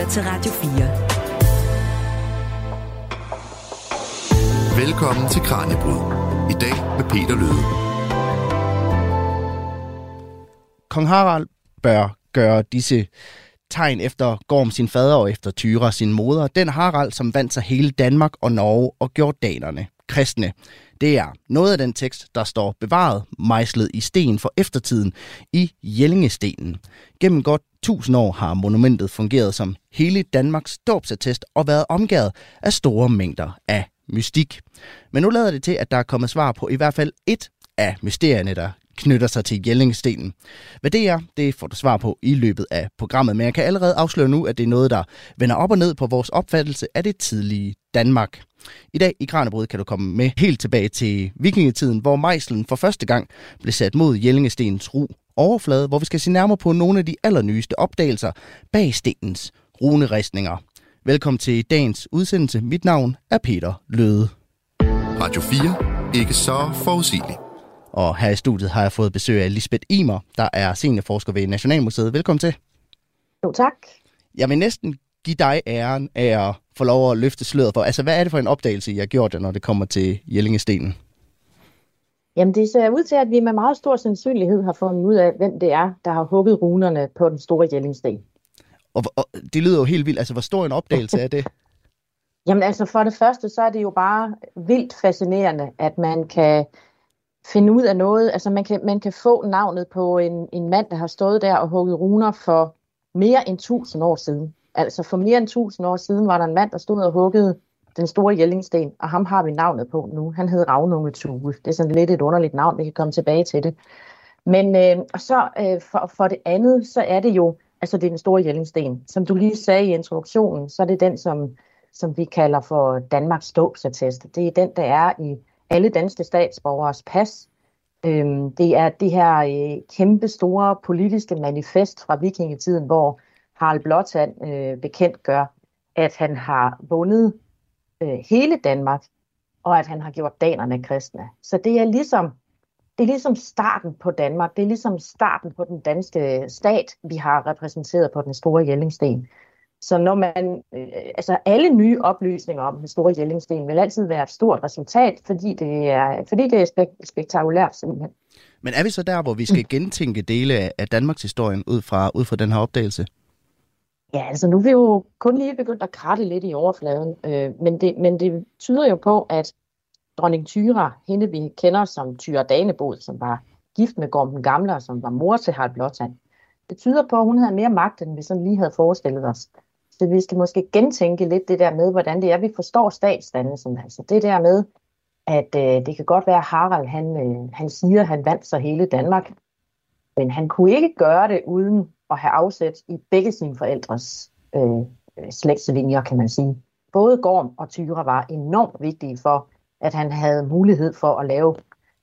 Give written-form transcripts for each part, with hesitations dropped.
lytter til Radio 4. Velkommen til Kraniebrud. I dag med Peter Løde. Kong Harald bør gøre disse tegn efter Gorm sin fader og efter Thyra sin moder. Den Harald, som vandt sig hele Danmark og Norge og gjorde danerne kristne. Det er noget af den tekst, der står bevaret, mejslet i sten for eftertiden i Jellingestenen. Gennem godt 1000 år har monumentet fungeret som hele Danmarks dåbsattest og været omgærdet af store mængder af mystik. Men nu lader det til, at der er kommet svar på i hvert fald et af mysterierne, der knytter sig til Jellingestenen. Hvad det er, det får du svar på i løbet af programmet, men jeg kan allerede afsløre nu, at det er noget, der vender op og ned på vores opfattelse af det tidlige Danmark. I dag i Kraniebrud kan du komme med helt tilbage til vikingetiden, hvor mejslen for første gang blev sat mod Jellingestenens ru overflade, hvor vi skal se nærmere på nogle af de allernyeste opdagelser bag stenens runeristninger. Velkommen til dagens udsendelse. Mit navn er Peter Løde. Radio 4. Ikke så forudsigeligt. Og her i studiet har jeg fået besøg af Lisbeth Imer, der er seniorforsker ved Nationalmuseet. Velkommen til. Jo, tak. Jeg vil næsten give dig æren af at få lov at løfte sløret for. Altså, hvad er det for en opdagelse, I har gjort, når det kommer til Jellingestenen? Jamen, det ser ud til, at vi med meget stor sandsynlighed har fundet ud af, hvem det er, der har hugget runerne på den store Jellingsten. Og det lyder jo helt vildt. Altså, hvor stor en opdagelse er det? Jamen, altså, for det første, så er det jo bare vildt fascinerende, at man kan finde ud af noget. Altså, man kan få navnet på en mand, der har stået der og hugget runer for mere end 1000 år siden. Altså, for mere end 1000 år siden var der en mand, der stod og huggede den store Jellingsten, og ham har vi navnet på nu. Han hed Ravnunge Tue. Det er sådan lidt et underligt navn, vi kan komme tilbage til det. Men for det andet, så er det jo, altså det er den store Jellingsten. Som du lige sagde i introduktionen, så er det den, som vi kalder for Danmarks dåbsattest. Det er den, der er i alle danske statsborgeres pas. Det er det her kæmpe store politiske manifest fra vikingetiden, hvor Harald Blåtand bekendt gør, at han har vundet hele Danmark, og at han har gjort danerne kristne. Så det er ligesom starten på Danmark. Det er ligesom starten på den danske stat, vi har repræsenteret på den store Jellingsten. Så når man, altså alle nye oplysninger om den store Jellingsten vil altid være et stort resultat, fordi det er spektakulært simpelthen. Men er vi så der, hvor vi skal gentænke dele af Danmarks historien ud fra den her opdagelse? Ja, altså nu er vi jo kun lige begyndt at kratte lidt i overfladen, men det tyder jo på, at dronning Thyra, hende vi kender som Thyra Danebod, som var gift med Gorm den Gamle, og som var mor til Harald Blåtand, det tyder på, at hun havde mere magt, end vi sådan lige havde forestillet os. Så vi skal måske gentænke lidt det der med, hvordan det er, vi forstår statsdannelsen. Altså det der med, at det kan godt være, at Harald han siger, at han vandt sig hele Danmark, men han kunne ikke gøre det uden at have afsæt i begge sine forældres slægtslinjer, kan man sige. Både Gorm og Thyra var enormt vigtige for, at han havde mulighed for at lave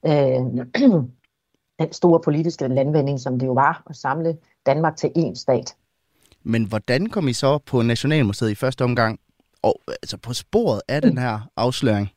den store politiske landvinding, som det jo var, at samle Danmark til én stat. Men hvordan kom I så på Nationalmuseet i første omgang, og altså på sporet af den her afsløring?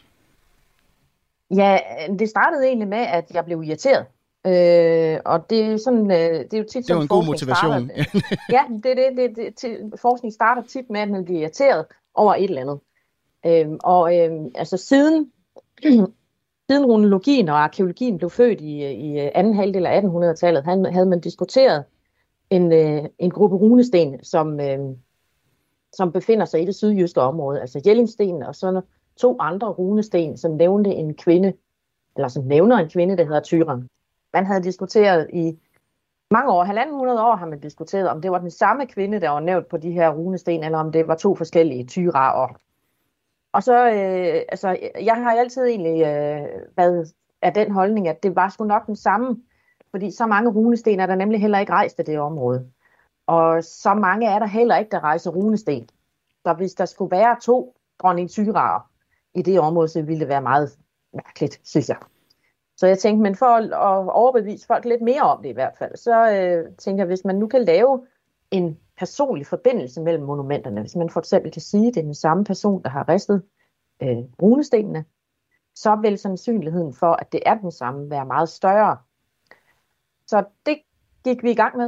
Ja, det startede egentlig med, at jeg blev irriteret. Og det er sådan, det er jo tit, det var en god motivation. Ja, forskning starter tit med, at man bliver irriteret over et eller andet. Altså siden runologien og arkeologien blev født i anden halvdel af 1800-tallet, havde man diskuteret en gruppe runesten, som befinder sig i det sydjyske område, altså Jellingstenen og så 2 andre runesten, som nævner en kvinde, der hedder Thyra. Man havde diskuteret i mange år, 150 år har man diskuteret, om det var den samme kvinde, der var nævnt på de her runesten, eller om det var 2 forskellige Thyra. Og så, jeg har altid egentlig været af den holdning, at det var sgu nok den samme, fordi så mange runesten er der nemlig heller ikke rejst i det område. Og så mange er der heller ikke, der rejser runesten. Så hvis der skulle være 2 dronning Thyraer i det område, så ville det være meget mærkeligt, synes jeg. Så jeg tænkte, men for at overbevise folk lidt mere om det i hvert fald, så tænker jeg, hvis man nu kan lave en personlig forbindelse mellem monumenterne, hvis man for eksempel kan sige, at det er den samme person, der har ristet runestenene, så vil sandsynligheden for, at det er den samme, være meget større. Så det gik vi i gang med.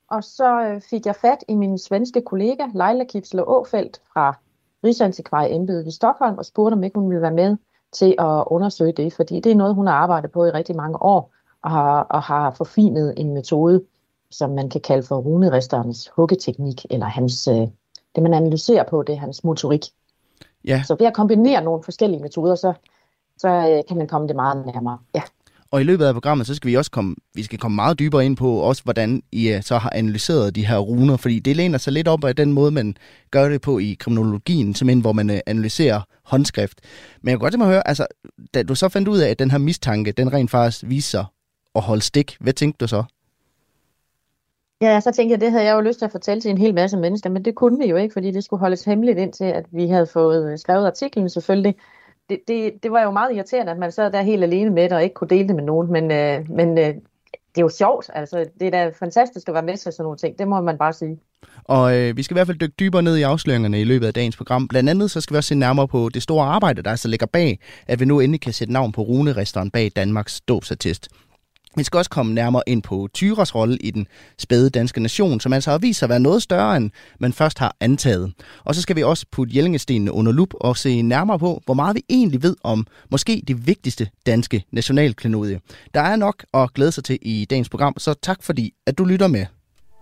og så fik jeg fat i min svenske kollega, Laila Kipsler Åfeldt fra Rigsantikvarieembedet i Stockholm, og spurgte, om ikke hun ville være med til at undersøge det, fordi det er noget, hun har arbejdet på i rigtig mange år, og har forfinet en metode, som man kan kalde for runeristerens huggeteknik, eller det man analyserer på, det er hans motorik. Ja. Så ved at kombinere nogle forskellige metoder, så kan man komme det meget nærmere. Ja. Og i løbet af programmet, så skal vi skal komme meget dybere ind på også, hvordan I så har analyseret de her runer, fordi det læner sig lidt op af den måde, man gør det på i kriminologien, simpelthen hvor man analyserer håndskrift. Men jeg kunne godt tænke mig at høre, altså, da du så fandt ud af, at den her mistanke, den rent faktisk viser sig at holde stik, hvad tænkte du så? Ja, så tænkte jeg, det havde jeg jo lyst til at fortælle til en hel masse mennesker, men det kunne vi jo ikke, fordi det skulle holdes hemmeligt indtil, at vi havde fået skrevet artiklen selvfølgelig. Det var jo meget irriterende, at man sad der helt alene med det, og ikke kunne dele det med nogen, men det er jo sjovt, altså det er da fantastisk at være med til sådan nogle ting, det må man bare sige. Og vi skal i hvert fald dykke dybere ned i afsløringerne i løbet af dagens program. Blandt andet så skal vi også se nærmere på det store arbejde, der altså ligger bag, at vi nu endelig kan sætte navn på runeristeren bag Danmarks dåbsattest. Vi skal også komme nærmere ind på Tyras rolle i den spæde danske nation, som altså har vist sig at være noget større, end man først har antaget. Og så skal vi også putte Jellingestenene under lup og se nærmere på, hvor meget vi egentlig ved om måske det vigtigste danske nationalklenodie. Der er nok at glæde sig til i dagens program, så tak fordi, at du lytter med.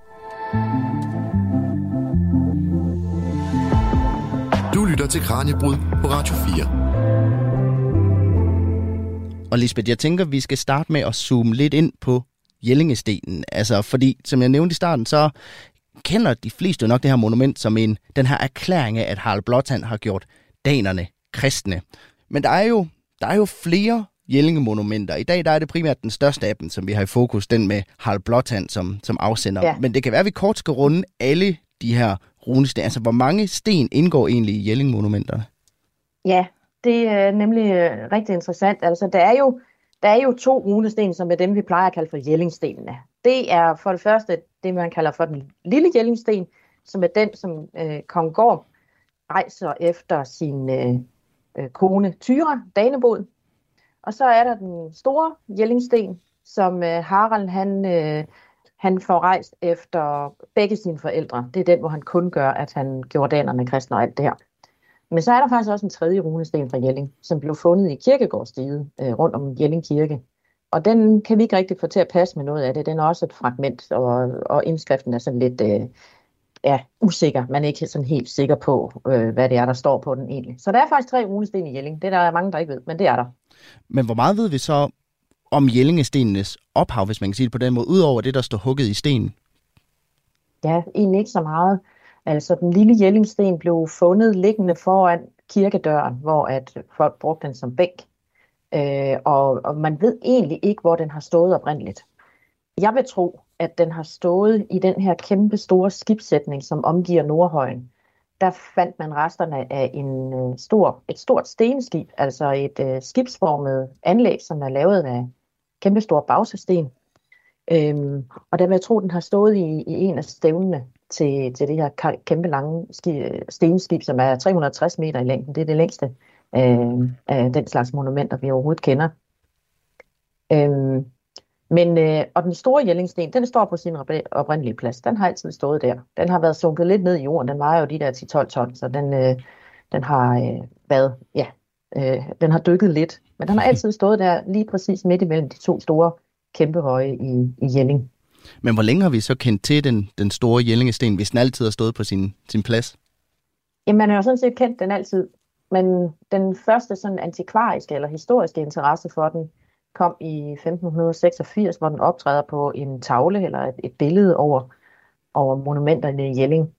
Du lytter til Kraniebrud på Radio 4. Og Lisbeth, jeg tænker, vi skal starte med at zoome lidt ind på Jellingestenen. Altså, fordi, som jeg nævnte i starten, så kender de fleste jo nok det her monument som den her erklæring af, at Harald Blåtand har gjort danerne kristne. Men der er jo flere Jellingemonumenter. I dag der er det primært den største af dem, som vi har i fokus, den med Harald Blåtand som afsender. Ja. Men det kan være, at vi kort skal runde alle de her runesten. Altså, hvor mange sten indgår egentlig i Jellingemonumenterne? Ja, det er nemlig rigtig interessant. Altså, der er jo 2 runesten, som er dem, vi plejer at kalde for Jellingstenene. Det er for det første det, man kalder for den lille Jellingsten, som er den, som kong Gorm rejser efter sin kone Thyra, Danebod. Og så er der den store Jellingsten, som Harald han får rejst efter begge sine forældre. Det er den, hvor han kun gør, at han gjorde danerne kristne og alt det her. Men så er der faktisk også en tredje runesten fra Jelling, som blev fundet i kirkegårdsdiget rundt om Jelling Kirke. Og den kan vi ikke rigtig få til at passe med noget af det. Den er også et fragment, og indskriften er sådan lidt usikker. Man er ikke sådan helt sikker på, hvad det er, der står på den egentlig. Så der er faktisk 3 runesten i Jelling. Det er der mange, der ikke ved, men det er der. Men hvor meget ved vi så om Jellingestenenes ophav, hvis man kan sige det på den måde, udover det, der står hugget i stenen? Ja, egentlig ikke så meget. Altså, den lille Jellingsten blev fundet liggende foran kirkedøren, hvor at folk brugte den som bænk. Og man ved egentlig ikke, hvor den har stået oprindeligt. Jeg vil tro, at den har stået i den her kæmpe store skibssætning, som omgiver Nordhøjen. Der fandt man resterne af et stort stenskib, altså et skibsformet anlæg, som er lavet af kæmpe store bauxitsten. Og der vil jeg tro, at den har stået i en af stævnene til det her kæmpe lange stenskib, som er 360 meter i længden. Det er det længste af den slags monumenter, vi overhovedet kender. Og den store Jellingsten, den står på sin oprindelige plads. Den har altid stået der. Den har været sunket lidt ned i jorden. Den vejer jo de der 10-12 ton, så den har den har dykket lidt. Men den har altid stået der lige præcis midt imellem de 2 store kæmpe høje i Jelling. Men hvor længe har vi så kendt til den store Jellingesten, hvis den altid har stået på sin plads? Jamen, man har jo sådan set kendt den altid. Men den første sådan antikvariske eller historiske interesse for den kom i 1586, hvor den optræder på en tavle eller et billede over monumenterne i Jelling.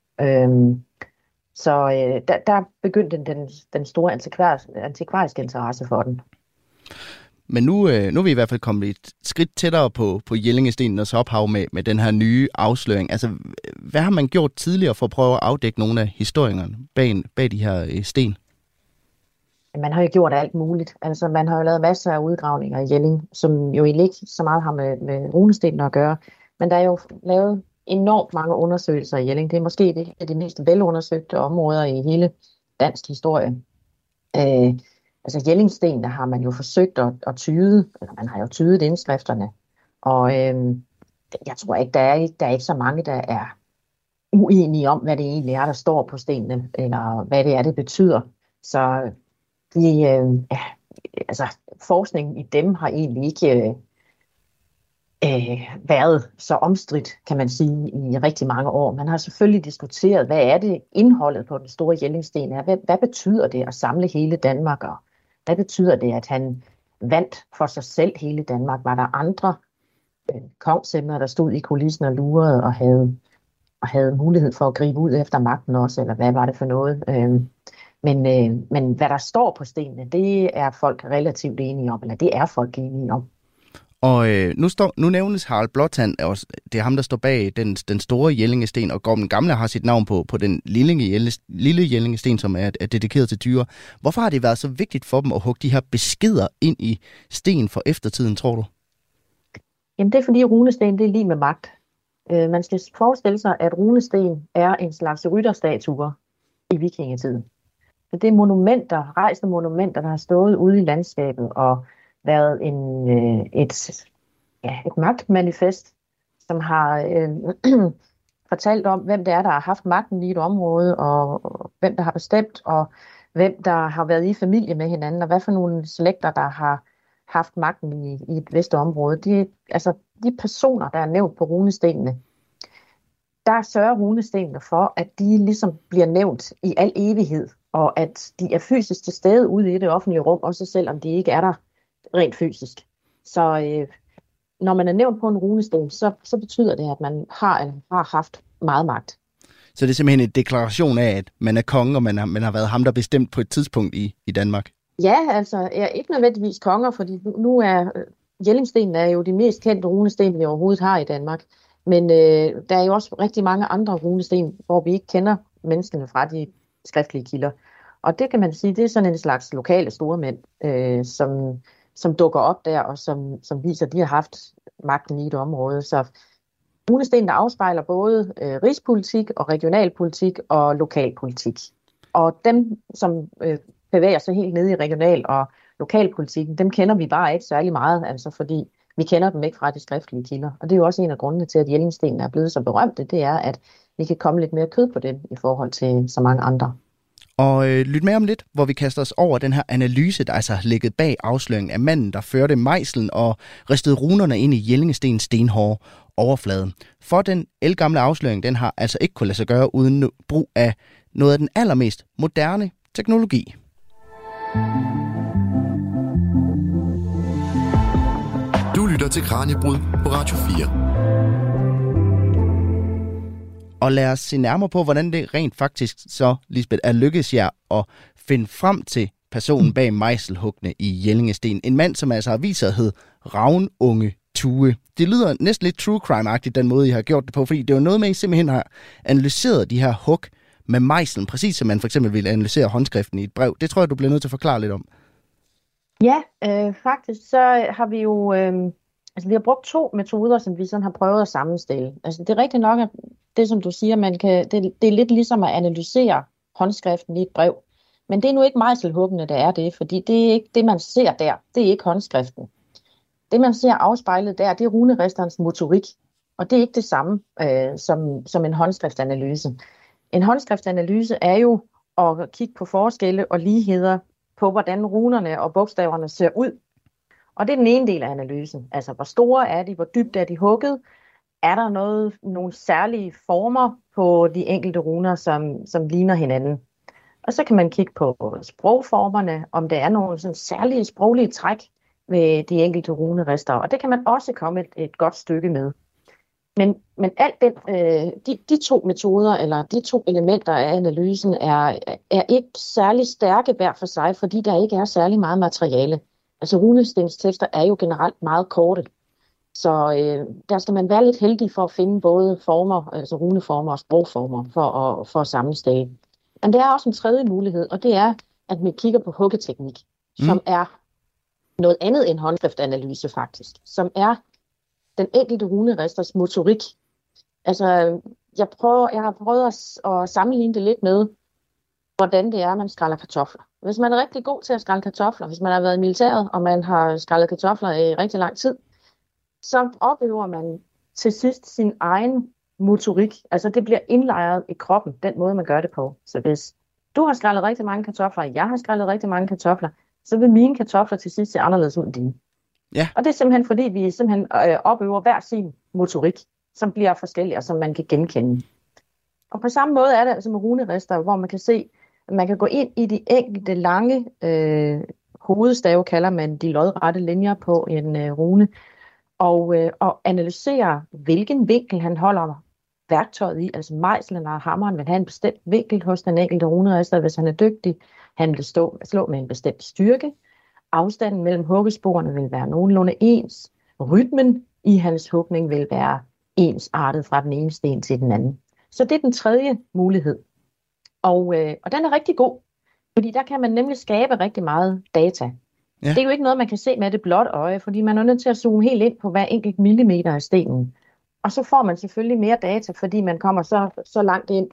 Der begyndte den store antikvariske interesse for den. Men nu er vi i hvert fald kommet et skridt tættere på Jellingestenens ophav med den her nye afsløring. Altså, hvad har man gjort tidligere for at prøve at afdække nogle af historierne bag de her sten? Man har jo gjort alt muligt. Altså, man har jo lavet masser af udgravninger i Jelling, som jo egentlig ikke så meget har med runestenen at gøre. Men der er jo lavet enormt mange undersøgelser i Jelling. Det er måske det af de mest velundersøgte områder i hele dansk historie. Altså Jellingsten, der har man jo forsøgt at tyde, eller man har jo tydet indskrifterne. Og Jeg tror ikke, der er ikke så mange, der er uenige om, hvad det egentlig er, der står på stenene, eller hvad det er, det betyder. Så ja, altså, forskningen i dem har egentlig ikke været så omstridt, kan man sige, i rigtig mange år. Man har selvfølgelig diskuteret, hvad er det indholdet på den store Jellingsten er? Hvad betyder det at samle hele Danmark, og hvad betyder det, at han vandt for sig selv hele Danmark? Var der andre kongsemner, der stod i kulissen og lurede og havde mulighed for at gribe ud efter magten også, eller hvad var det for noget? Men hvad der står på stenene, det er folk relativt enige om, eller det er folk enige om. Og nu nævnes Harald Blåtand, det er ham, der står bag den store Jellingsten, og Gorm den Gamle har sit navn på den lille Jellingsten, som er dedikeret til Tyre. Hvorfor har det været så vigtigt for dem at hugge de her beskeder ind i sten for eftertiden, tror du? Jamen det er fordi runesten, det er lige med magt. Man skal forestille sig, at runesten er en slags rytterstatuer i vikingetiden. Så det er monumenter, rejste monumenter, der har stået ude i landskabet og været et magtmanifest, som har fortalt om, hvem det er, der har haft magten i et område, og hvem der har bestemt, og hvem der har været i familie med hinanden, og hvad for nogle slægter, der har haft magten i et vist område. De personer, der er nævnt på runestenene, der sørger runestenene for, at de ligesom bliver nævnt i al evighed, og at de er fysisk til stede ude i det offentlige rum, også selvom de ikke er der rent fysisk. Så når man er nævnt på en runesten, så betyder det, at man har haft meget magt. Så det er simpelthen en deklaration af, at man er konge, og man har været ham, der bestemt på et tidspunkt i Danmark? Ja, altså jeg er ikke nødvendigvis konger, fordi nu er Jellingstenen er jo de mest kendte runesten, vi overhovedet har i Danmark. Men der er jo også rigtig mange andre runesten, hvor vi ikke kender menneskene fra de skriftlige kilder. Og det kan man sige, det er sådan en slags lokale stormænd, som dukker op der, og som viser, at de har haft magten i et område. Så runestenene afspejler både rigspolitik og regionalpolitik og lokalpolitik. Og dem, som bevæger sig helt ned i regional- og lokalpolitikken, dem kender vi bare ikke særlig meget, altså fordi vi kender dem ikke fra de skriftlige kilder. Og det er jo også en af grundene til, at Jellingstenen er blevet så berømte, det er, at vi kan komme lidt mere kød på dem i forhold til så mange andre. Og lyt med om lidt, hvor vi kaster os over den her analyse, der altså har ligget bag afsløringen af manden, der førte mejslen og ristede runerne ind i Jellingstens stenhårde overflade. For den ældgamle afsløring, den har altså ikke kunne lade sig gøre uden brug af noget af den allermest moderne teknologi. Du lytter til Kraniebrud på Radio 4. Og lad os se nærmere på, hvordan det rent faktisk så, Lisbeth, er lykkedes jer at finde frem til personen bag mejselhuggene i Jellingsten. En mand, som altså har vist sig at hedde Ravnunge Thue. Det lyder næsten lidt true crime-agtigt, den måde, I har gjort det på, fordi det er jo noget med, at I simpelthen har analyseret de her hug med mejslen, præcis som man for eksempel ville analysere håndskriften i et brev. Det tror jeg, du bliver nødt til at forklare lidt om. Ja, faktisk så har vi jo... vi har brugt 2 metoder, som vi sådan har prøvet at sammenstille. Altså det er rigtigt nok, at det som du siger, det er lidt ligesom at analysere håndskriften i et brev. Men det er nu ikke mejselhuggene, der er det, fordi det er ikke det, man ser der. Det er ikke håndskriften. Det, man ser afspejlet der, det er runeristerens motorik. Og det er ikke det samme som en håndskriftanalyse. En håndskriftanalyse er jo at kigge på forskelle og ligheder på, hvordan runerne og bogstaverne ser ud. Og det er den ene del af analysen. Altså, hvor store er de, hvor dybt er de hugget? Er der nogle særlige former på de enkelte runer, som ligner hinanden? Og så kan man kigge på sprogformerne, om der er nogle sådan særlige sproglige træk ved de enkelte runerister. Og det kan man også komme et godt stykke med. Men alt de 2 metoder, eller de 2 elementer af analysen, er ikke særlig stærke hver for sig, fordi der ikke er særlig meget materiale. Altså runestentekster er jo generelt meget korte, så der skal man være lidt heldig for at finde både former, altså runeformer og sprogformer for at sammenstille. Men der er også en tredje mulighed, og det er, at vi kigger på huggeteknik, som er noget andet end håndskriftanalyse faktisk, som er den enkelte runeristers motorik. Altså, jeg har prøvet at sammenligne det lidt med, hvordan det er, man skræller kartofler. Hvis man er rigtig god til at skrælle kartofler, hvis man har været i militæret, og man har skrællet kartofler i rigtig lang tid, så oplever man til sidst sin egen motorik. Altså det bliver indlejret i kroppen, den måde man gør det på. Så hvis du har skrællet rigtig mange kartofler, og jeg har skrællet rigtig mange kartofler, så vil mine kartofler til sidst se anderledes ud end dine. Ja. Og det er simpelthen fordi, vi simpelthen opøver hver sin motorik, som bliver forskellig, og som man kan genkende. Og på samme måde er det altså med runerister, hvor man kan se, at man kan gå ind i de enkelte lange hovedstave, kalder man de lodrette linjer på en rune, og analysere, hvilken vinkel han holder værktøjet i. Altså mejslen og hammeren vil have en bestemt vinkel hos den enkelte runerister, hvis han er dygtig. Han vil slå med en bestemt styrke. Afstanden mellem huggesporene vil være nogenlunde ens. Rytmen i hans hugning vil være ensartet fra den ene sten til den anden. Så det er den tredje mulighed. Og den er rigtig god, fordi der kan man nemlig skabe rigtig meget data. Ja. Det er jo ikke noget, man kan se med det blotte øje, fordi man er nødt til at zoome helt ind på hver enkelt millimeter af stenen. Og så får man selvfølgelig mere data, fordi man kommer så langt ind,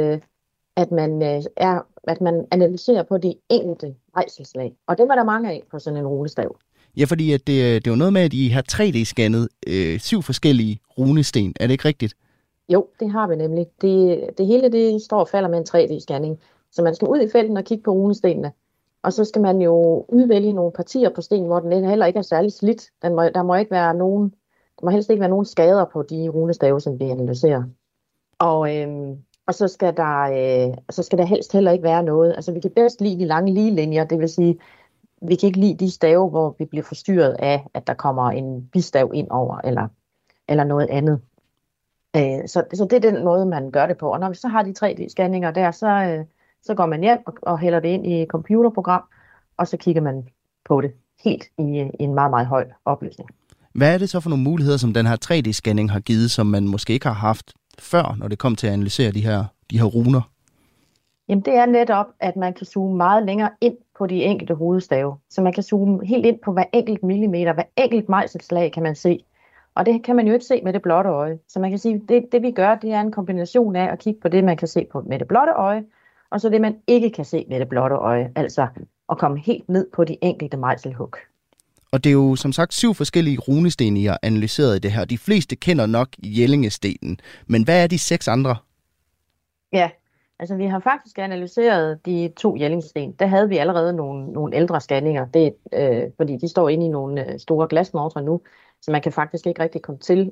at man analyserer på de enkelte rejselslag. Og det var der mange af på sådan en runestav. Ja, fordi at det er jo noget med, at I har 3D-scannet 7 forskellige runesten. Er det ikke rigtigt? Jo, det har vi nemlig. Det hele det står og falder med en 3D-scanning. Så man skal ud i felten og kigge på runestenene. Og så skal man jo udvælge nogle partier på stenen, hvor den heller ikke er særlig slidt. Der må helst ikke være nogen skader på de runestave, som vi analyserer. Og så skal der helst heller ikke være noget. Altså vi kan bedst lide de lange lige linjer, det vil sige, vi kan ikke lide de stave, hvor vi bliver forstyrret af, at der kommer en bistav ind over, eller noget andet. Så det er den måde, man gør det på. Og når vi så har de 3D-scanninger der, så går man hjem og hælder det ind i et computerprogram, og så kigger man på det helt i en meget, meget høj opløsning. Hvad er det så for nogle muligheder, som den her 3D-scanning har givet, som man måske ikke har haft før, når det kom til at analysere de her runer? Jamen det er netop, at man kan zoome meget længere ind på de enkelte hovedstave. Så man kan zoome helt ind på hver enkelt millimeter, hver enkelt mejselslag kan man se. Og det kan man jo ikke se med det blotte øje. Så man kan sige, at det vi gør, det er en kombination af at kigge på det, man kan se på med det blotte øje, og så det, man ikke kan se med det blotte øje. Altså at komme helt ned på de enkelte mejselhug. Og det er jo som sagt 7 forskellige runesten, I har analyseret i det her. De fleste kender nok Jellingestenen, men hvad er de 6 andre? Ja, altså vi har faktisk analyseret de 2 Jellingsten. Der havde vi allerede nogle ældre scanninger, fordi de står inde i nogle store glasmontrer nu, så man kan faktisk ikke rigtig komme til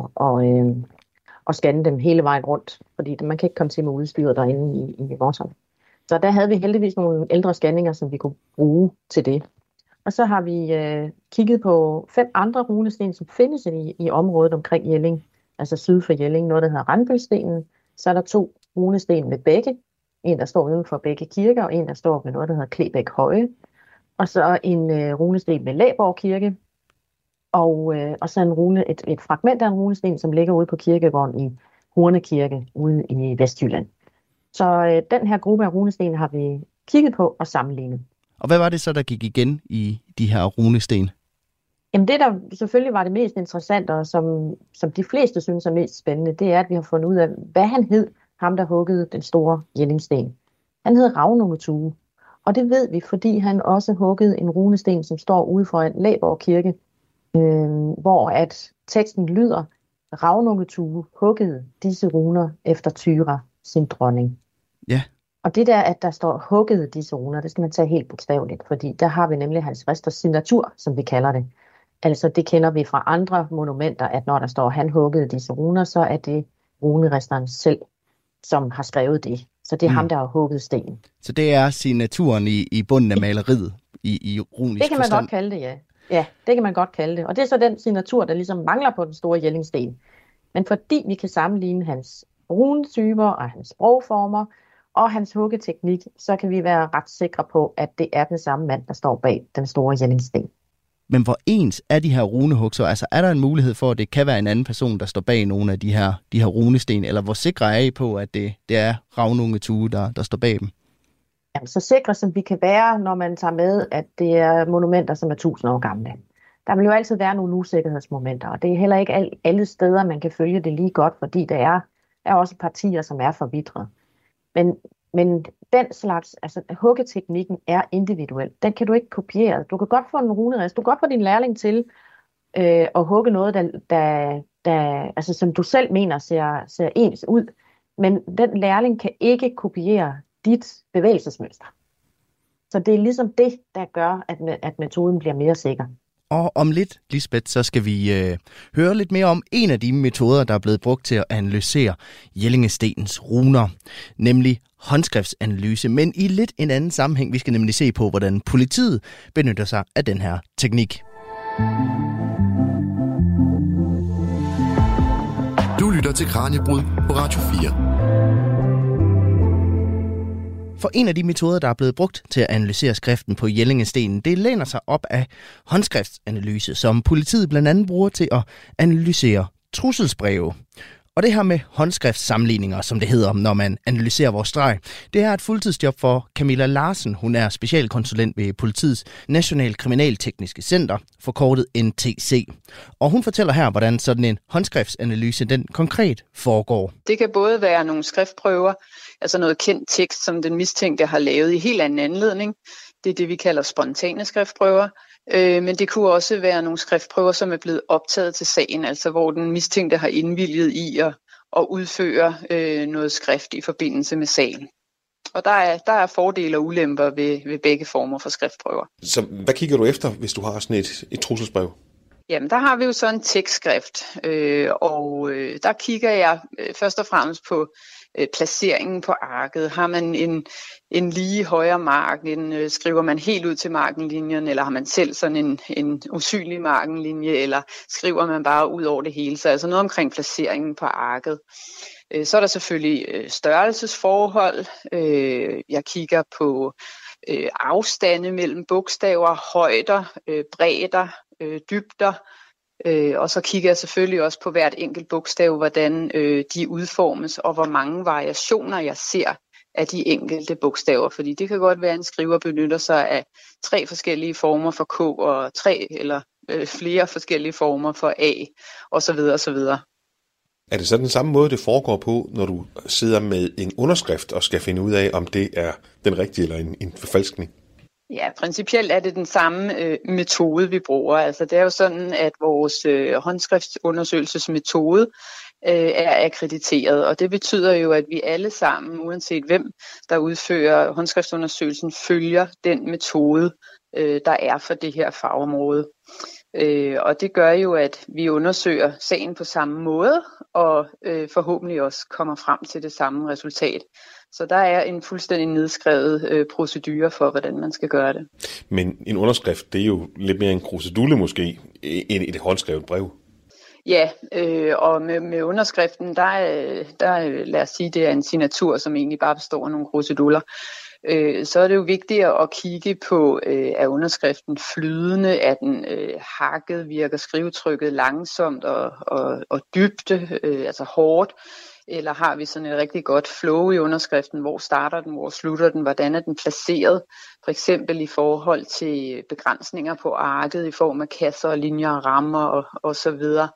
at scanne dem hele vejen rundt, fordi man kan ikke komme til med udstyret derinde i montren. Så der havde vi heldigvis nogle ældre scanninger, som vi kunne bruge til det. Og så har vi kigget på 5 andre runesten, som findes i området omkring Jelling, altså syd for Jelling, noget der hedder Randbølstenen. Så er der 2 runesten med Bække, en der står uden for Bække Kirke, og en der står med noget der hedder Klebæk Høje. Og så en runesten med Læborg Kirke, og så et fragment af en runesten, som ligger ude på kirkegården i Horne Kirke, ude i Vestjylland. Så den her gruppe af runesten har vi kigget på og sammenlignet. Og hvad var det så, der gik igen i de her runesten? Jamen det, der selvfølgelig var det mest interessante, og som de fleste synes er mest spændende, det er, at vi har fundet ud af, hvad han hed, ham der huggede den store Jellingsten. Han hed Ravnungetue, og det ved vi, fordi han også huggede en runesten, som står ude for en Læborg Kirke, hvor at teksten lyder, Ravnungetue huggede disse runer efter Thyra, sin dronning. Ja. Og det der, at der står huggede disse runer, det skal man tage helt bogstaveligt, fordi der har vi nemlig hans risters signatur, som vi kalder det. Altså det kender vi fra andre monumenter, at når der står, han huggede disse runer, så er det runeristeren selv, som har skrevet det. Så det er ham, der har hugget stenen. Så det er signaturen i bunden af maleriet i runisk forstand? Det kan man godt kalde det, ja. Ja, det kan man godt kalde det. Og det er så den signatur, der ligesom mangler på den store Jellingsten. Men fordi vi kan sammenligne hans runetyper og hans sprogformer og hans huggeteknik, så kan vi være ret sikre på, at det er den samme mand, der står bag den store Jellingsten. Men hvor ens er de her runehugser? Altså er der en mulighed for, at det kan være en anden person, der står bag nogle af de her runesten? Eller hvor sikre er I på, at det er Ravnungetue, der står bag dem? Jamen, så sikre som vi kan være, når man tager med, at det er monumenter, som er 1000 år gamle. Der vil jo altid være nogle usikkerhedsmomenter, og det er heller ikke alle steder, man kan følge det lige godt, fordi der er også partier, som er forvitret. Men den slags, altså huggeteknikken er individuel. Den kan du ikke kopiere. Du kan godt få en runerist, du kan godt få din lærling til at hugge noget, altså, som du selv mener ser ens ud. Men den lærling kan ikke kopiere dit bevægelsesmønster. Så det er ligesom det, der gør, at metoden bliver mere sikker. Og om lidt, Lisbeth, så skal vi høre lidt mere om en af de metoder, der er blevet brugt til at analysere Jellingstenens runer, nemlig håndskriftsanalyse, men i lidt en anden sammenhæng. Vi skal nemlig se på, hvordan politiet benytter sig af den her teknik. Du lytter til Kraniebrud på Radio 4. For en af de metoder, der er blevet brugt til at analysere skriften på Jellingstenen, det læner sig op af håndskriftsanalyse, som politiet blandt andet bruger til at analysere trusselsbreve. Og det her med håndskriftssammenligninger, som det hedder, når man analyserer vores streg, det er et fuldtidsjob for Camilla Larsen. Hun er specialkonsulent ved Politiets National Kriminaltekniske Center, forkortet NTC. Og hun fortæller her, hvordan sådan en håndskriftsanalyse den konkret foregår. Det kan både være nogle skriftprøver, altså noget kendt tekst, som den mistænkte har lavet i helt anden anledning. Det er det, vi kalder spontane skriftprøver. Men det kunne også være nogle skriftprøver, som er blevet optaget til sagen, altså hvor den mistænkte har indvilliget i at udføre noget skrift i forbindelse med sagen. Og der er fordele og ulemper ved begge former for skriftprøver. Så hvad kigger du efter, hvis du har sådan et trusselsbrev? Jamen, der har vi jo så en tekstskrift, og der kigger jeg først og fremmest på placeringen på arket. Har man en lige højre marken, skriver man helt ud til markenlinjen, eller har man selv sådan en usynlig markenlinje, eller skriver man bare ud over det hele? Så altså noget omkring placeringen på arket. Så er der selvfølgelig størrelsesforhold. Jeg kigger på afstande mellem bogstaver, højder, bredder, dybder. Og så kigger jeg selvfølgelig også på hvert enkelt bogstav, hvordan de udformes, og hvor mange variationer jeg ser af de enkelte bogstaver. Fordi det kan godt være, at en skriver benytter sig af 3 forskellige former for K, og 3 eller flere forskellige former for A, osv. osv. Er det så den samme måde, det foregår på, når du sidder med en underskrift og skal finde ud af, om det er den rigtige eller en forfalskning? Ja, principielt er det den samme metode, vi bruger. Altså det er jo sådan, at vores håndskriftsundersøgelsesmetode er akkrediteret, og det betyder jo, at vi alle sammen, uanset hvem der udfører håndskriftundersøgelsen, følger den metode, der er for det her fagområde. Og det gør jo, at vi undersøger sagen på samme måde, og forhåbentlig også kommer frem til det samme resultat. Så der er en fuldstændig nedskrevet procedure for, hvordan man skal gøre det. Men en underskrift, det er jo lidt mere en krusedulle måske, end et håndskrevet brev. Ja, og med underskriften, der lad os sige, det er en signatur, som egentlig bare består af nogle kruseduller. Så er det jo vigtigt at kigge på, er underskriften flydende, er den hakket, virker skrivetrykket langsomt og dybt, altså hårdt, eller har vi sådan et rigtig godt flow i underskriften, hvor starter den, hvor slutter den, hvordan er den placeret, for eksempel i forhold til begrænsninger på arket i form af kasser, linjer og rammer og så videre.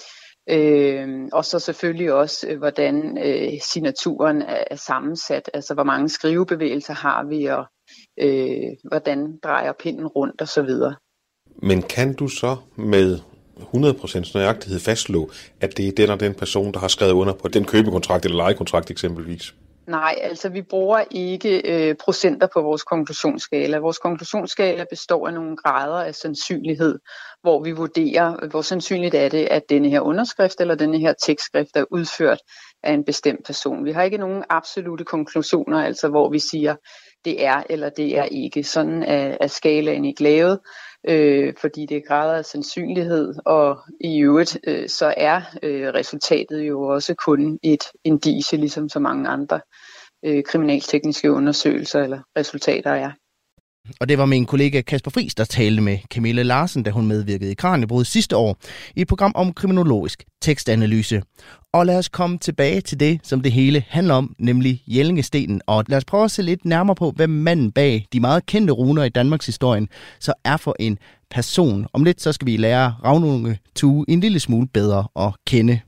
Og så selvfølgelig også, hvordan signaturen er sammensat, altså hvor mange skrivebevægelser har vi, og hvordan drejer pinden rundt og så videre. Men kan du så med 100% nøjagtighed fastslå, at det er den og den person, der har skrevet under på den købekontrakt eller lejekontrakt eksempelvis? Nej, altså vi bruger ikke procenter på vores konklusionsskala. Vores konklusionsskala består af nogle grader af sandsynlighed, hvor vi vurderer, hvor sandsynligt er det, at denne her underskrift eller denne her tekstskrift er udført af en bestemt person. Vi har ikke nogen absolute konklusioner, altså hvor vi siger, det er eller det er ikke. Sådan er skalaen ikke lavet, fordi det er grader af sandsynlighed, og i øvrigt så er resultatet jo også kun et indicie, ligesom så mange andre kriminaltekniske undersøgelser eller resultater er. Og det var min kollega Kasper Friis, der talte med Camilla Larsen, da hun medvirkede i Kraniebrud sidste år i et program om kriminologisk tekstanalyse. Og lad os komme tilbage til det, som det hele handler om, nemlig Jellingstenen. Og lad os prøve at se lidt nærmere på, hvem manden bag de meget kendte runer i Danmarks historien så er for en person. Om lidt så skal vi lære Ravnunge Tue en lille smule bedre at kende.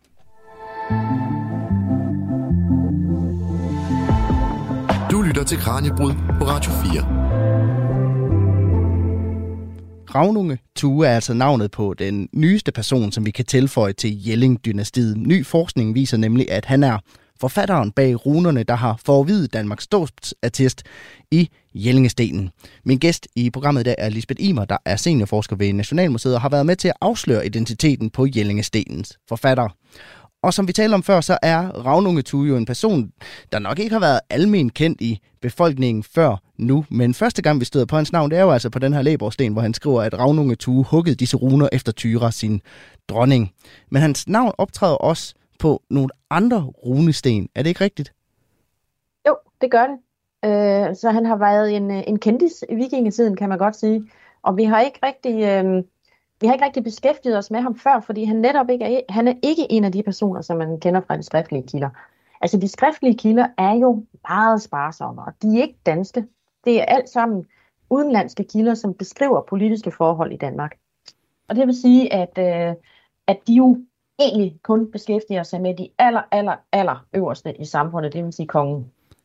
Du lytter til Kraniebrud på Radio 4. Ravnunge Tue er altså navnet på den nyeste person, som vi kan tilføje til Jelling-dynastiet. Ny forskning viser nemlig, at han er forfatteren bag runerne, der har forvidet Danmarks dåbsattest i Jellingestenen. Min gæst i programmet i dag er Lisbeth Imer, der er seniorforsker ved Nationalmuseet og har været med til at afsløre identiteten på Jellingestenens forfatter. Og som vi talte om før, så er Ravnunge Tue jo en person, der nok ikke har været almen kendt i befolkningen før nu. Men første gang vi støder på hans navn, det er jo altså på den her læborsten, hvor han skriver, at Ravnunge Tue huggede disse runer efter Thyra, sin dronning. Men hans navn optræder også på nogle andre runesten. Er det ikke rigtigt? Jo, det gør det. Så han har været en kendis i vikingetiden, kan man godt sige. Og vi har ikke rigtig beskæftiget os med ham før, fordi han netop han er ikke en af de personer, som man kender fra de skriftlige kilder. Altså de skriftlige kilder er jo meget sparsomme, og de er ikke danske. Det er alt sammen udenlandske kilder, som beskriver politiske forhold i Danmark. Og det vil sige, at de jo egentlig kun beskæftiger sig med de aller øverste i samfundet, det vil sige kongen.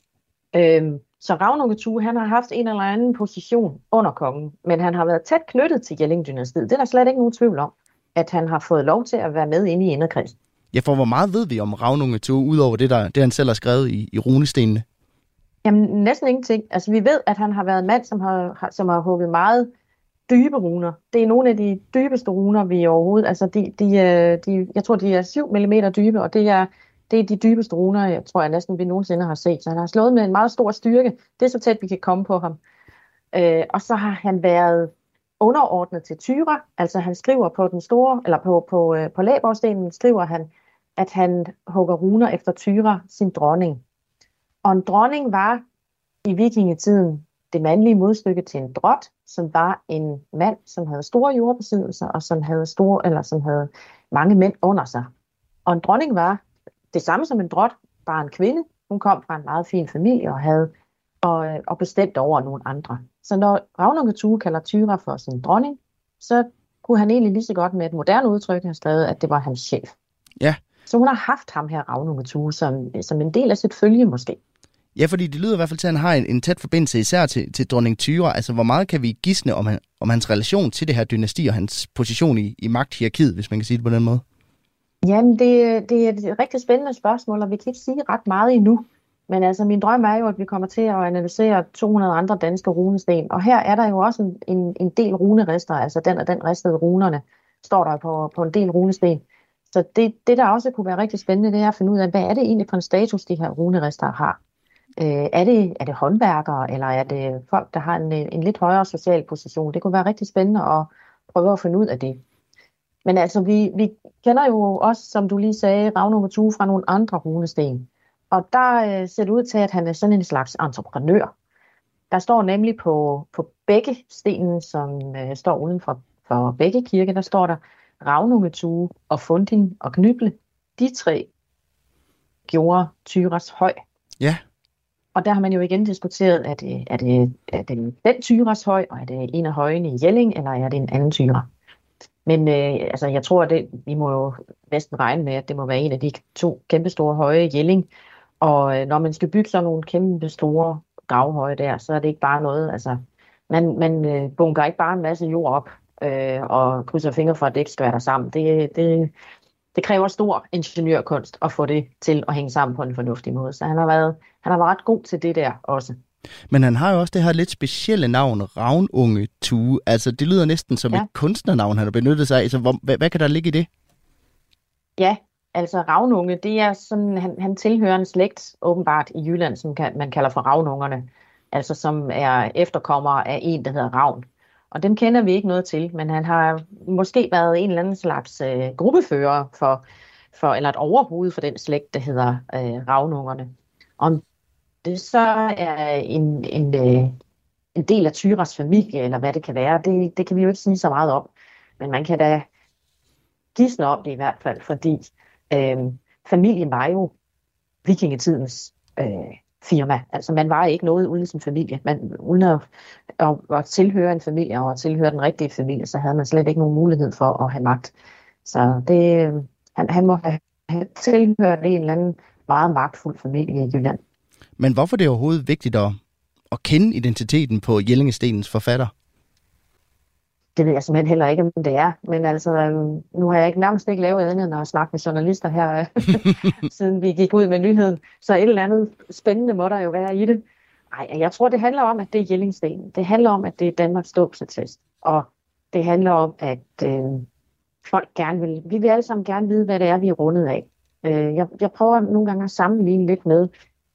Så Ravnunge Tue, han har haft en eller anden position under kongen, men han har været tæt knyttet til Jelling-dynastiet. Det er der slet ikke nogen tvivl om, at han har fået lov til at være med inde i inderkredsen. Ja, for hvor meget ved vi om Ravnunge Tue, udover det han selv har skrevet i runestenene? Jamen, næsten ingenting. Altså, vi ved, at han har været en mand, som har hugget meget dybe runer. Det er nogle af de dybeste runer, vi overhovedet... Altså, jeg tror, de er 7 mm dybe, og det er de dybeste runer, jeg tror, jeg næsten vi nogensinde har set. Så han har slået med en meget stor styrke. Det er så tæt, vi kan komme på ham. Og så har han været underordnet til Thyra. Altså, han skriver på den store... Eller på læborstenen skriver han, at han hugger runer efter Thyra, sin dronning. Og en dronning var i vikingetiden det mandlige modstykke til en drot, som var en mand, som havde store jordbesiddelser, og som havde mange mænd under sig. Og en dronning var det samme som en drot, bare en kvinde. Hun kom fra en meget fin familie og bestemte over nogle andre. Så når Ravnunge Tue kalder Thyra for sin dronning, så kunne han egentlig lige så godt med et moderne udtryk have skrevet, at det var hans chef. Ja. Så hun har haft ham her, Ravnunge Tue, som en del af sit følge måske. Ja, fordi det lyder i hvert fald til, at han har en tæt forbindelse især til dronning Thyra. Altså, hvor meget kan vi gisne om hans relation til det her dynasti og hans position i magthierarkiet, hvis man kan sige det på den måde? Jamen, det er et rigtig spændende spørgsmål, og vi kan ikke sige ret meget endnu. Men altså, min drøm er jo, at vi kommer til at analysere 200 andre danske runesten. Og her er der jo også en del runerister, altså den og den ristede runerne, står der på en del runesten. Så det, der også kunne være rigtig spændende, det er at finde ud af, hvad er det egentlig for en status, de her runerister har. Er det håndværkere, eller er det folk, der har en lidt højere social position? Det kunne være rigtig spændende at prøve at finde ud af det. Men altså, vi kender jo også, som du lige sagde, Ravnunge Tue fra nogle andre runesten. Og der ser det ud til, at han er sådan en slags entreprenør. Der står nemlig på Bækkestenen, som står uden for Bække Kirke, der står der Ravnunge Tue og Fundin og Knyble. De 3 gjorde Thyras høj. Ja. Og der har man jo igen diskuteret, er det den Thyras høj, og er det en af højene i Jelling, eller er det en anden Thyra? Men altså, jeg tror, at vi må jo næsten regne med, at det må være en af de 2 kæmpestore høje i Jelling. Og når man skal bygge sådan nogle kæmpestore gravhøje der, så er det ikke bare noget, altså, man bunker ikke bare en masse jord op og krydser fingre for, at det ikke skvatter sammen. Det kræver stor ingeniørkunst at få det til at hænge sammen på en fornuftig måde. Så han har været ret god til det der også. Men han har jo også det her lidt specielle navn, Ravnunge Tue. Altså, det lyder næsten som et kunstnernavn, han har benyttet sig af. Så hvad kan der ligge i det? Ja, altså Ravnunge, det er sådan, han tilhører en slægt, åbenbart i Jylland, som man kalder for Ravnungerne. Altså, som er efterkommere af en, der hedder Ravn. Og dem kender vi ikke noget til, men han har måske været en eller anden slags gruppefører for eller et overhoved for den slægt, der hedder Ravnungerne. Om det så er en del af Thyras familie, eller hvad det kan være, det kan vi jo ikke sige så meget om. Men man kan da gisne om det i hvert fald, fordi familien var jo vikingetidens firma. Altså man var ikke noget uden sin familie. Uden at tilhøre en familie og at tilhøre den rigtige familie, så havde man slet ikke nogen mulighed for at have magt. Så han må have tilhørt en eller anden meget magtfuld familie i Jylland. Men hvorfor er det overhovedet vigtigt at kende identiteten på Jellingestenens forfatter? Det ved jeg simpelthen heller ikke, om det er. Men altså, nu har jeg nærmest ikke lavet andet end at snakke med journalister her, siden vi gik ud med nyheden. Så et eller andet spændende må der jo være i det. Nej, jeg tror, det handler om, at det er Jellingstenen. Det handler om, at det er Danmarks dåbsattest. Og det handler om, at folk gerne vil... Vi vil alle sammen gerne vide, hvad det er, vi er rundet af. Jeg prøver nogle gange at sammenligne lidt med,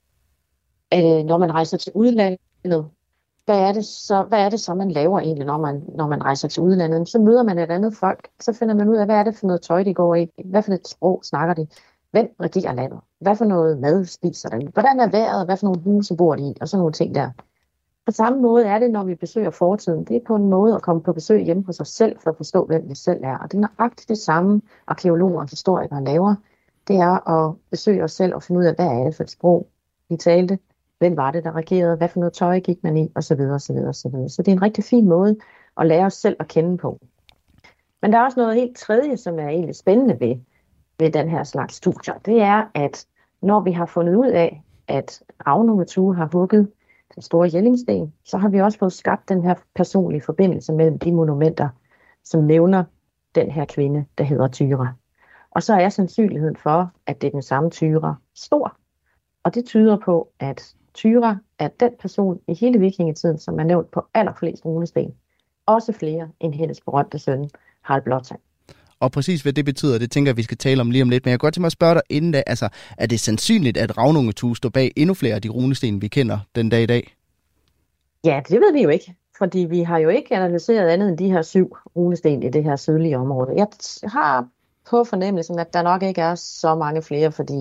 når man rejser til udlandet. Hvad er det så, man laver egentlig, når man rejser til udlandet? Så møder man et andet folk, så finder man ud af, hvad er det for noget tøj, de går i? Hvad for et sprog snakker de? Hvem regerer landet? Hvad for noget mad spiser de? Hvordan er vejret? Hvad for nogle huse bor de i? Og sådan nogle ting der. På samme måde er det, når vi besøger fortiden. Det er på en måde at komme på besøg hjemme hos os selv, for at forstå, hvem vi selv er. Og det er nøjagtigt det samme, arkeologer og historikere laver. Det er at besøge os selv og finde ud af, hvad er det for et sprog, vi talte. Hvem var det, der regerede? Hvad for noget tøj gik man i? Og så videre, så videre, så videre. Så det er en rigtig fin måde at lære os selv at kende på. Men der er også noget helt tredje, som er egentlig spændende ved den her slags studier. Det er, at når vi har fundet ud af, at Ravnunge Tue har hugget den store Jellingsten, så har vi også fået skabt den her personlige forbindelse mellem de monumenter, som nævner den her kvinde, der hedder Thyra. Og så er sandsynligheden for, at det er den samme Thyra, stor. Og det tyder på, at Thyra er den person i hele vikingetiden, som er nævnt på allerflest runesten. Også flere end hendes berømte søn, Harald Blåtand. Og præcis hvad det betyder, det tænker jeg, vi skal tale om lige om lidt. Men jeg kan godt tænke mig at spørge dig inden da, altså, er det sandsynligt, at Ravnunge Tue står bag endnu flere af de runesten, vi kender den dag i dag? Ja, det ved vi jo ikke. Fordi vi har jo ikke analyseret andet end de her 7 runesten i det her sydlige område. Jeg har på fornemmelsen, at der nok ikke er så mange flere, fordi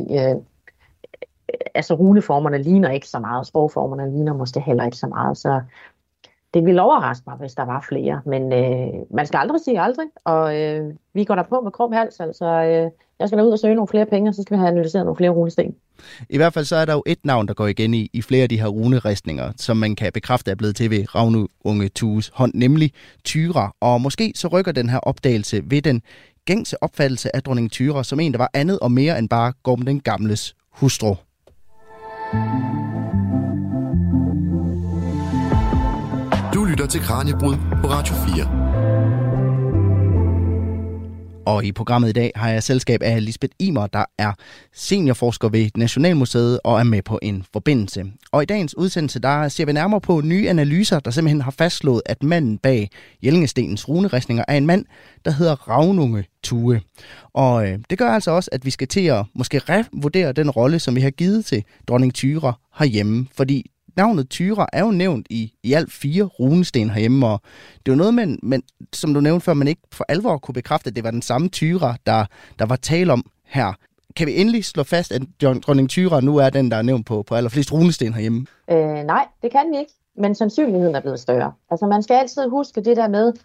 runeformerne ligner ikke så meget, sprogformerne ligner måske heller ikke så meget, så det ville overraske mig, hvis der var flere, men man skal aldrig sige aldrig, og vi går der på med krum hals, altså jeg skal da ud og søge nogle flere penge, og så skal vi have analyseret nogle flere runesten. I hvert fald så er der jo et navn, der går igen i flere af de her runeristninger, som man kan bekræfte er blevet til ved Ravnunge Tues hånd, nemlig Thyra, og måske så rykker den her opdagelse ved den gængse opfattelse af dronning Thyra som en, der var andet og mere end bare Gorm den Gamles hustru. Du lytter til Kraniebrud på Radio 4. Og i programmet i dag har jeg selskab af Lisbeth Imer, der er seniorforsker ved Nationalmuseet og er med på en forbindelse. Og i dagens udsendelse, der ser vi nærmere på nye analyser, der simpelthen har fastslået, at manden bag Jellingestenens runeristninger er en mand, der hedder Ravnunge Tue. Og det gør altså også, at vi skal til at måske revurdere den rolle, som vi har givet til dronning Thyra herhjemme, fordi navnet Thyra er jo nævnt i alt 4 runesten herhjemme, og det er jo noget, men som du nævnte før, man ikke for alvor kunne bekræfte, at det var den samme Thyra, der var tale om her. Kan vi endelig slå fast, at dronning Thyra nu er den, der er nævnt på allerflest runesten herhjemme? Nej, det kan vi ikke, men sandsynligheden er blevet større. Altså man skal altid huske det der med,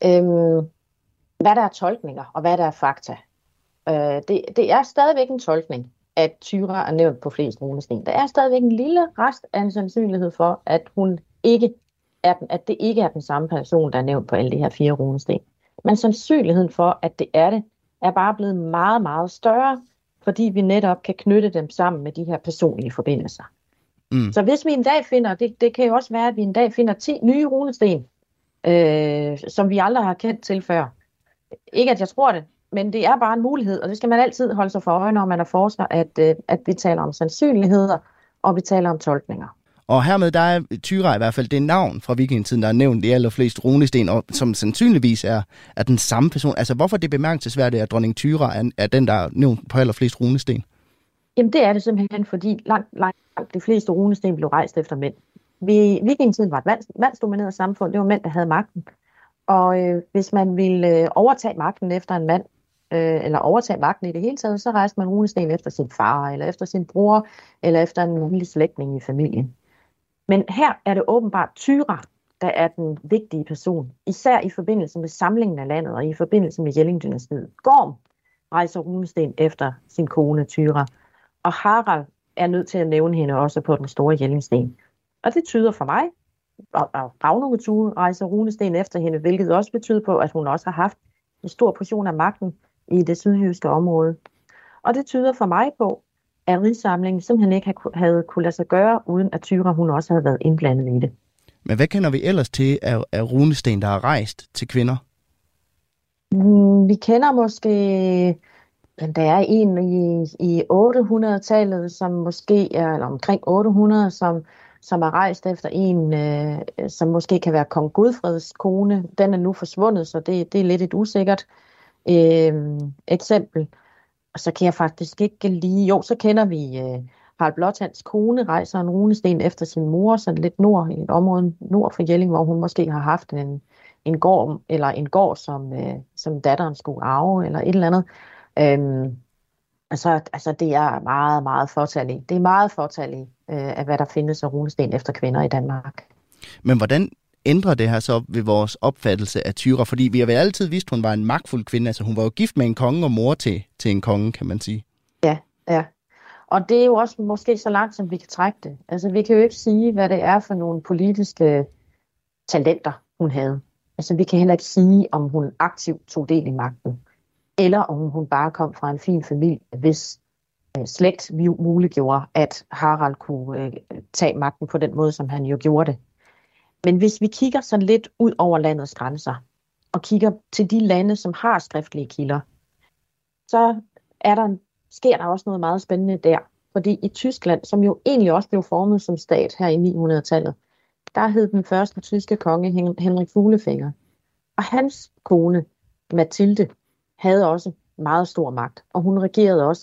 hvad der er tolkninger og hvad der er fakta. Det er stadigvæk en tolkning, at Thyra er nævnt på flest runesten. Der er stadigvæk en lille rest af en sandsynlighed for, at at det ikke er den samme person, der er nævnt på alle de her 4 runesten. Men sandsynligheden for, at det er bare blevet meget, meget større, fordi vi netop kan knytte dem sammen med de her personlige forbindelser. Mm. Så hvis vi en dag finder, det kan jo også være, at vi en dag finder 10 nye runesten, som vi aldrig har kendt til før. Ikke at jeg tror det, men det er bare en mulighed, og det skal man altid holde sig for øje, når man er forsker, at vi taler om sandsynligheder, og vi taler om tolkninger. Og hermed der er Thyra i hvert fald det navn fra vikingetiden, der er nævnt i allerflest runesten, og som sandsynligvis er den samme person. Altså hvorfor det bemærkelsesværdigt, at dronning Thyra er den, der er nævnt på allerflest runesten? Jamen det er det simpelthen, fordi langt de fleste runesten blev rejst efter mænd. Vikingetiden var et mandsdomineret samfund, det var mænd, der havde magten. Og hvis man ville overtage magten efter en mand, eller overtage magten i det hele taget, så rejste man runesten efter sin far, eller efter sin bror, eller efter en mandlig slægtning i familien. Men her er det åbenbart Thyra, der er den vigtige person, især i forbindelse med samlingen af landet, og i forbindelse med Jelling-dynastiet. Gorm rejser runesten efter sin kone Thyra, og Harald er nødt til at nævne hende også på den store Jellingsten. Og det tyder for mig, og Ravnunge Tue rejser runesten efter hende, hvilket også betyder på, at hun også har haft en stor portion af magten i det sydjyske område. Og det tyder for mig på, at rigssamlingen simpelthen ikke havde kunne lade sig gøre, uden at Thyra hun også havde været indblandet i det. Men hvad kender vi ellers til af runesten, der er rejst til kvinder? Vi kender måske, der er en i 800-tallet, som måske er eller omkring 800, som er rejst efter en, som måske kan være kong Godfreds kone. Den er nu forsvundet, så det er lidt et usikkert eksempel. Og så kan jeg faktisk ikke lige... Jo, så kender vi Harald Blåtands kone, rejser en runesten efter sin mor, sådan lidt nord, i et område nord for Jelling, hvor hun måske har haft en gård, eller en gård, som datteren skulle arve, eller et eller andet. Altså, det er meget, meget fortalligt. Det er meget fortalligt af, hvad der findes af runesten efter kvinder i Danmark. Men hvordan ændrer det her så ved vores opfattelse af Thyra? Fordi vi har vel altid vidst, at hun var en magtfuld kvinde. Altså, hun var jo gift med en konge og mor til en konge, kan man sige. Ja. Og det er jo også måske så langt, som vi kan trække det. Altså, vi kan jo ikke sige, hvad det er for nogle politiske talenter, hun havde. Altså, vi kan heller ikke sige, om hun aktivt tog del i magten, eller om hun bare kom fra en fin familie, hvis slægt muliggjorde, at Harald kunne tage magten på den måde, som han jo gjorde det. Men hvis vi kigger sådan lidt ud over landets grænser, og kigger til de lande, som har skriftlige kilder, så sker der også noget meget spændende der. Fordi i Tyskland, som jo egentlig også blev formet som stat her i 900-tallet, der hed den første tyske konge Henrik Fuglefinger. Og hans kone, Mathilde, havde også meget stor magt. Og hun regerede også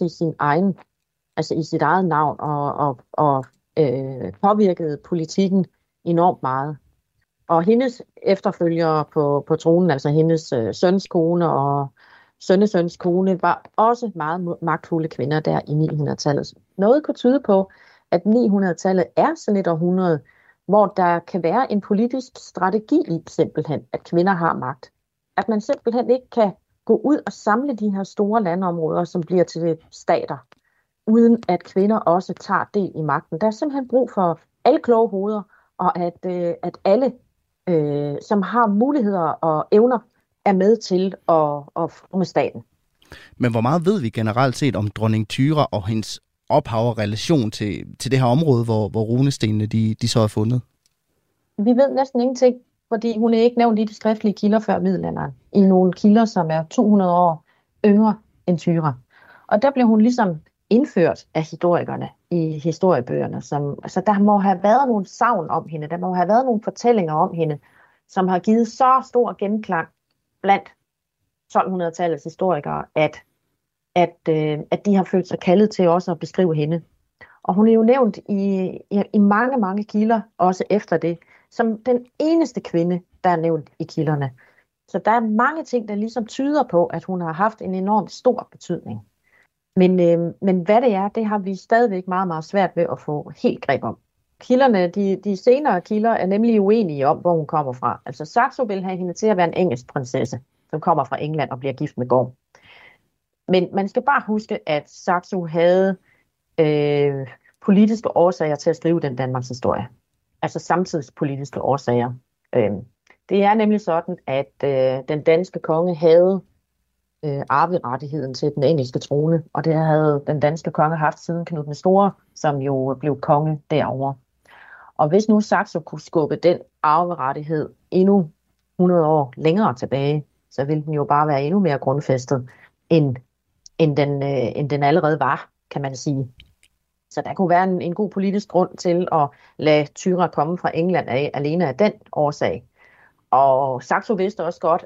i sit eget navn og påvirkede politikken enormt meget. Og hendes efterfølgere på tronen, altså hendes søns kone og sønnesøns kone, var også meget magtfulde kvinder der i 900-tallet. Noget kunne tyde på, at 900-tallet er sådan et århundrede, hvor der kan være en politisk strategi i simpelthen, at kvinder har magt. At man simpelthen ikke kan gå ud og samle de her store landområder, som bliver til stater, uden at kvinder også tager del i magten. Der er simpelthen brug for alle kloge hoveder, og at alle, som har muligheder og evner, er med til at forme staten. Men hvor meget ved vi generelt set om dronning Thyra og hendes ophav og relation til det her område, hvor runestenene de så er fundet? Vi ved næsten ingenting, fordi hun er ikke nævnt i de skriftlige kilder før middelalderen. I nogle kilder, som er 200 år yngre end Thyra. Og der blev hun ligesom indført af historikerne i historiebøgerne. Så der må have været nogle sagn om hende, der må have været nogle fortællinger om hende, som har givet så stor genklang blandt 1200-tallets historikere, at de har følt sig kaldet til også at beskrive hende. Og hun er jo nævnt i mange, mange kilder, også efter det, som den eneste kvinde, der er nævnt i kilderne. Så der er mange ting, der ligesom tyder på, at hun har haft en enormt stor betydning. Men hvad det er, det har vi stadigvæk meget, meget svært ved at få helt greb om. Kilderne, de senere kilder, er nemlig uenige om, hvor hun kommer fra. Altså Saxo vil have hende til at være en engelsk prinsesse, som kommer fra England og bliver gift med Gorm. Men man skal bare huske, at Saxo havde politiske årsager til at skrive den Danmarks historie. Altså samtidspolitiske årsager. Det er nemlig sådan, at den danske konge havde arverettigheden til den engelske trone, og det havde den danske konge haft siden Knud den Store, som jo blev konge derovre. Og hvis nu Saxo kunne skubbe den arverettighed endnu 100 år længere tilbage, så ville den jo bare være endnu mere grundfæstet, end den allerede var, kan man sige. Så der kunne være en god politisk grund til at lade Thyra komme fra England alene af den årsag. Og Saxo vidste også godt,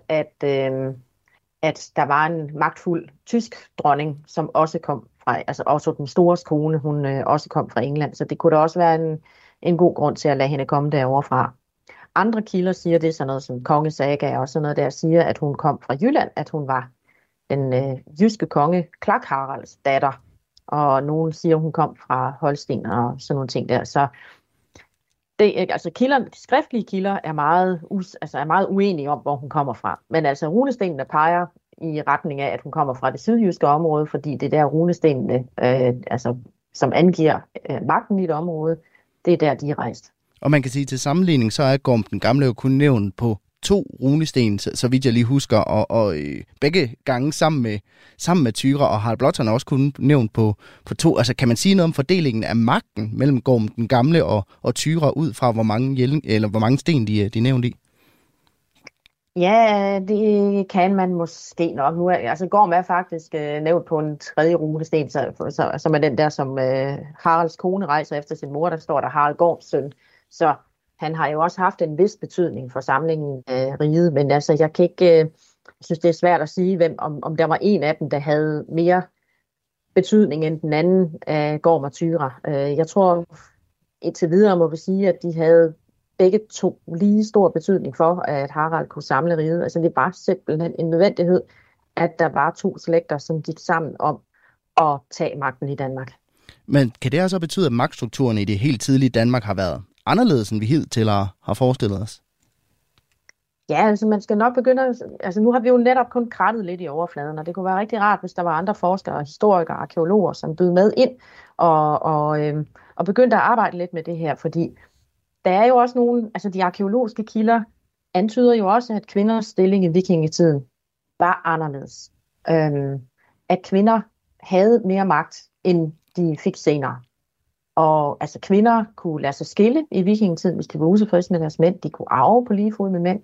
at der var en magtfuld tysk dronning, som også kom fra, altså også den stores kone, hun også kom fra England. Så det kunne da også være en god grund til at lade hende komme derovre fra. Andre kilder siger det, sådan noget som kongesaga og sådan noget der, siger, at hun kom fra Jylland, at hun var den jyske konge Klak Haralds datter. Og nogen siger, at hun kom fra Holsten og sådan nogle ting der. Så de skriftlige kilder er meget uenige om, hvor hun kommer fra. Men altså runestenene peger i retning af, at hun kommer fra det sydjyske område, fordi det der runestenene, som angiver magten i et område, det er der, de er rejst. Og man kan sige, til sammenligning, så er Gorm den Gamle jo kun nævnt på 2 runesten, så vidt jeg lige husker, og begge gange sammen med Thyra, og Harald Blåtand er også kun nævnt på 2. Altså kan man sige noget om fordelingen af magten mellem Gorm den Gamle og Thyra ud fra hvor mange sten de er nævnt i? Ja, det kan man måske nok. Nu Gorm er faktisk nævnt på en 3. runesten, som er den der, som Haralds kone rejser efter sin mor. Der står der Harald Gorms søn. Så han har jo også haft en vis betydning for samlingen af riget. Men altså, jeg kan ikke... Jeg synes, det er svært at sige, om der var en af dem, der havde mere betydning end den anden af Gorm og Thyra. Jeg tror, indtil videre må vi sige, at de havde begge to lige stor betydning for, at Harald kunne samle riget. Altså det var simpelthen en nødvendighed, at der var 2 slægter, som gik sammen om at tage magten i Danmark. Men kan det også betyde, at magtstrukturen i det helt tidlige Danmark har været anderledes, end vi hidtil har forestillet os? Ja, altså man skal nok begynde... Altså nu har vi jo netop kun krattet lidt i overfladen, og det kunne være rigtig rart, hvis der var andre forskere, historikere, arkeologer, som bød med ind og begyndte at arbejde lidt med det her, fordi der er jo også nogle, altså de arkeologiske kilder antyder jo også, at kvinders stilling i vikingetiden var anderledes. At kvinder havde mere magt, end de fik senere. Og altså kvinder kunne lade sig skille i vikingetiden, hvis de var utilfredse med deres mænd. De kunne arve på lige fod med mænd.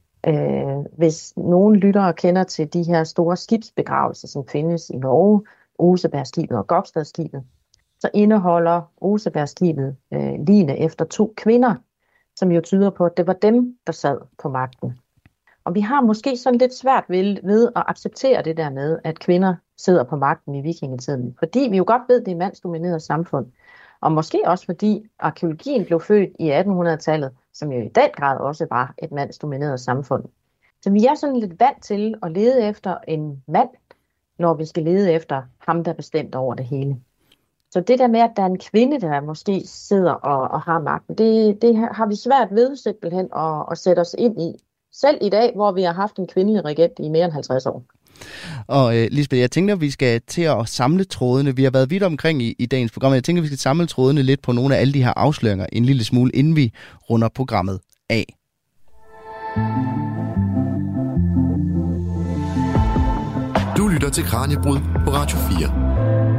Hvis nogen lyttere kender til de her store skibsbegravelser, som findes i Norge, Osebergskibet og Gokstadskibet, så indeholder Osebergskibet ligene efter 2 kvinder, som jo tyder på, at det var dem, der sad på magten. Og vi har måske sådan lidt svært ved at acceptere det der med, at kvinder sidder på magten i vikingetiden. Fordi vi jo godt ved, at det er et mandsdomineret samfund. Og måske også fordi arkeologien blev født i 1800-tallet, som jo i den grad også var et mandsdomineret samfund. Så vi er sådan lidt vant til at lede efter en mand, når vi skal lede efter ham, der er bestemt over det hele. Så det der med, at der er en kvinde, der måske sidder og har magten, det har vi svært ved simpelthen at sætte os ind i. Selv i dag, hvor vi har haft en kvindelig regent i mere end 50 år. Og Lisbeth, jeg tænker, at vi skal til at samle trådene. Vi har været vidt omkring i dagens program. Jeg tænker, at vi skal samle trådene lidt på nogle af alle de her afsløringer en lille smule, inden vi runder programmet af. Du lytter til Kraniebrud på Radio 4.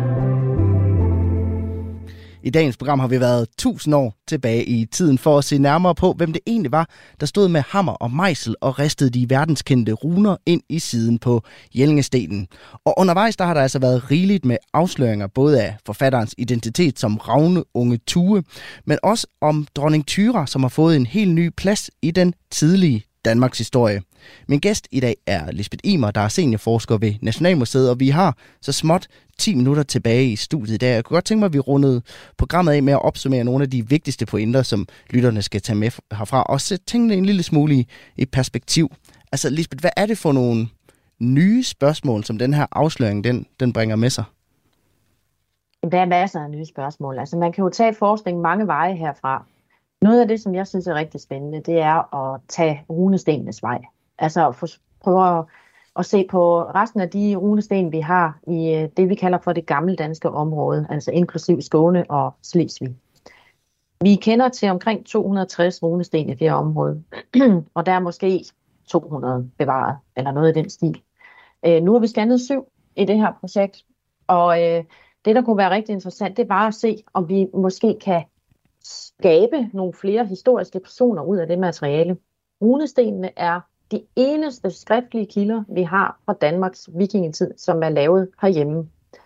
I dagens program har vi været 1000 år tilbage i tiden for at se nærmere på, hvem det egentlig var, der stod med hammer og mejsel og ristede de verdenskendte runer ind i siden på Jellingestenen. Og undervejs der har der altså været rigeligt med afsløringer, både af forfatterens identitet som ravne unge Tue, men også om dronning Thyra, som har fået en helt ny plads i den tidlige Danmarks historie. Min gæst i dag er Lisbeth Imer, der er seniorforsker ved Nationalmuseet, og vi har så småt 10 minutter tilbage i studiet i dag. Jeg kunne godt tænke mig, at vi rundede programmet af med at opsummere nogle af de vigtigste pointer, som lytterne skal tage med herfra, og sætte tingene en lille smule i perspektiv. Altså Lisbeth, hvad er det for nogle nye spørgsmål, som den her afsløring den bringer med sig? Der er masser af nye spørgsmål. Altså man kan jo tage forskning mange veje herfra. Noget af det, som jeg synes er rigtig spændende, det er at tage runestenenes vej. Altså prøve at se på resten af de runesten, vi har i det, vi kalder for det gammeldanske område, altså inklusiv Skåne og Slesvig. Vi kender til omkring 260 runesten i det her område, og der er måske 200 bevaret, eller noget i den stil. Nu har vi scannet 7 i det her projekt, og det, der kunne være rigtig interessant, det var at se, om vi måske kan skabe nogle flere historiske personer ud af det materiale. Runestenene er de eneste skriftlige kilder, vi har fra Danmarks vikingetid, som er lavet herhjemme.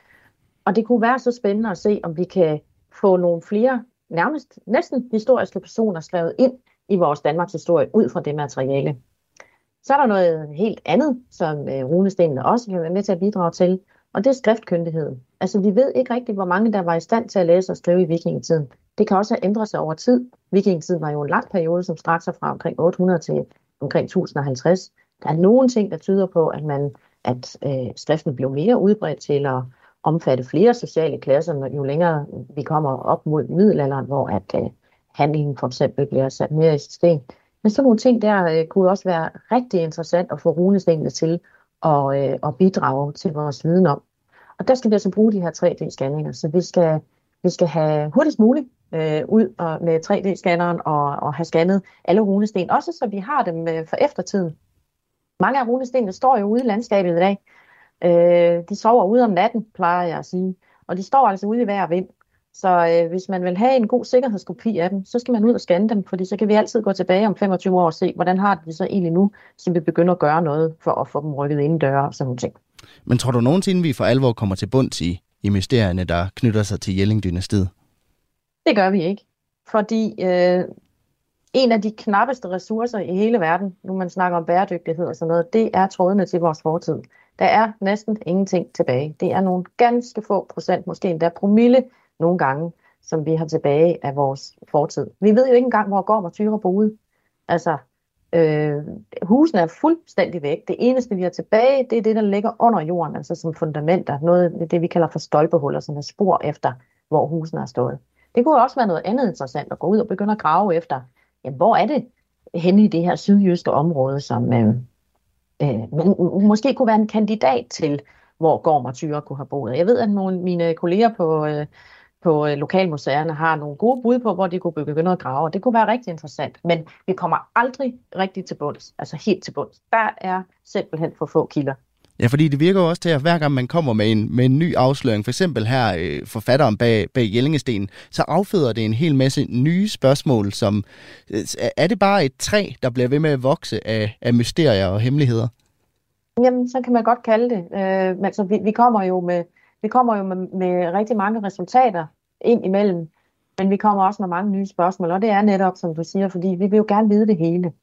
Og det kunne være så spændende at se, om vi kan få nogle flere, næsten historiske personer skrevet ind i vores Danmarks historie ud fra det materiale. Så er der noget helt andet, som runestenene også kan være med til at bidrage til, og det er skriftkyndigheden. Altså vi ved ikke rigtigt, hvor mange der var i stand til at læse og skrive i vikingetiden. Det kan også have ændret sig over tid. Vikingetiden var jo en lang periode, som strakte sig fra omkring 800 til omkring 1050. Der er nogle ting, der tyder på, at skriften blev mere udbredt til at omfatte flere sociale klasser, jo længere vi kommer op mod middelalderen, hvor handlingen for eksempel bliver sat mere i system. Men sådan nogle ting der kunne også være rigtig interessant at få runestenene til at bidrage til vores viden om. Og der skal vi altså bruge de her 3D-scanninger, så vi skal have hurtigst muligt ud og med 3D-scanneren og have scannet alle runesten. Også så vi har dem for eftertiden. Mange af runestenene står jo ude i landskabet i dag. De sover ude om natten, plejer jeg at sige. Og de står altså ude i vejr og vind. Så hvis man vil have en god sikkerhedskopi af dem, så skal man ud og scanne dem, fordi så kan vi altid gå tilbage om 25 år og se, hvordan har de så egentlig nu, så vi begynder at gøre noget for at få dem rykket indendøre og sådan nogle ting. Men tror du nogensinde, vi for alvor kommer til bunds i mysterierne, der knytter sig til Jelling-dynastiet? Det gør vi ikke, fordi en af de knappeste ressourcer i hele verden, nu man snakker om bæredygtighed og sådan noget, det er trådene til vores fortid. Der er næsten ingenting tilbage. Det er nogle ganske få procent, måske endda promille nogle gange, som vi har tilbage af vores fortid. Vi ved jo ikke engang, hvor Gorm og Thyra boede. Altså, husene er fuldstændig væk. Det eneste, vi har tilbage, det er det, der ligger under jorden, altså som fundamenter. Noget af det, vi kalder for stolpehuller, som er spor efter, hvor husene har stået. Det kunne også være noget andet interessant at gå ud og begynde at grave efter. Jamen, hvor er det henne i det her sydjyske område, som måske kunne være en kandidat til, hvor Gorm og Thyra kunne have boet. Jeg ved, at nogle af mine kolleger på lokalmuseerne har nogle gode bud på, hvor de kunne begynde at grave, og det kunne være rigtig interessant. Men vi kommer aldrig rigtig til bunds, altså helt til bunds. Der er simpelthen for få kilder. Ja, fordi det virker jo også til, at hver gang man kommer med en ny afsløring, for eksempel her forfatteren bag Jellingestenen, så afføder det en hel masse nye spørgsmål, som er det bare et træ, der bliver ved med at vokse af mysterier og hemmeligheder? Jamen, så kan man godt kalde det. Men altså, vi kommer jo med rigtig mange resultater ind imellem, men vi kommer også med mange nye spørgsmål, og det er netop, som du siger, fordi vi vil jo gerne vide det hele.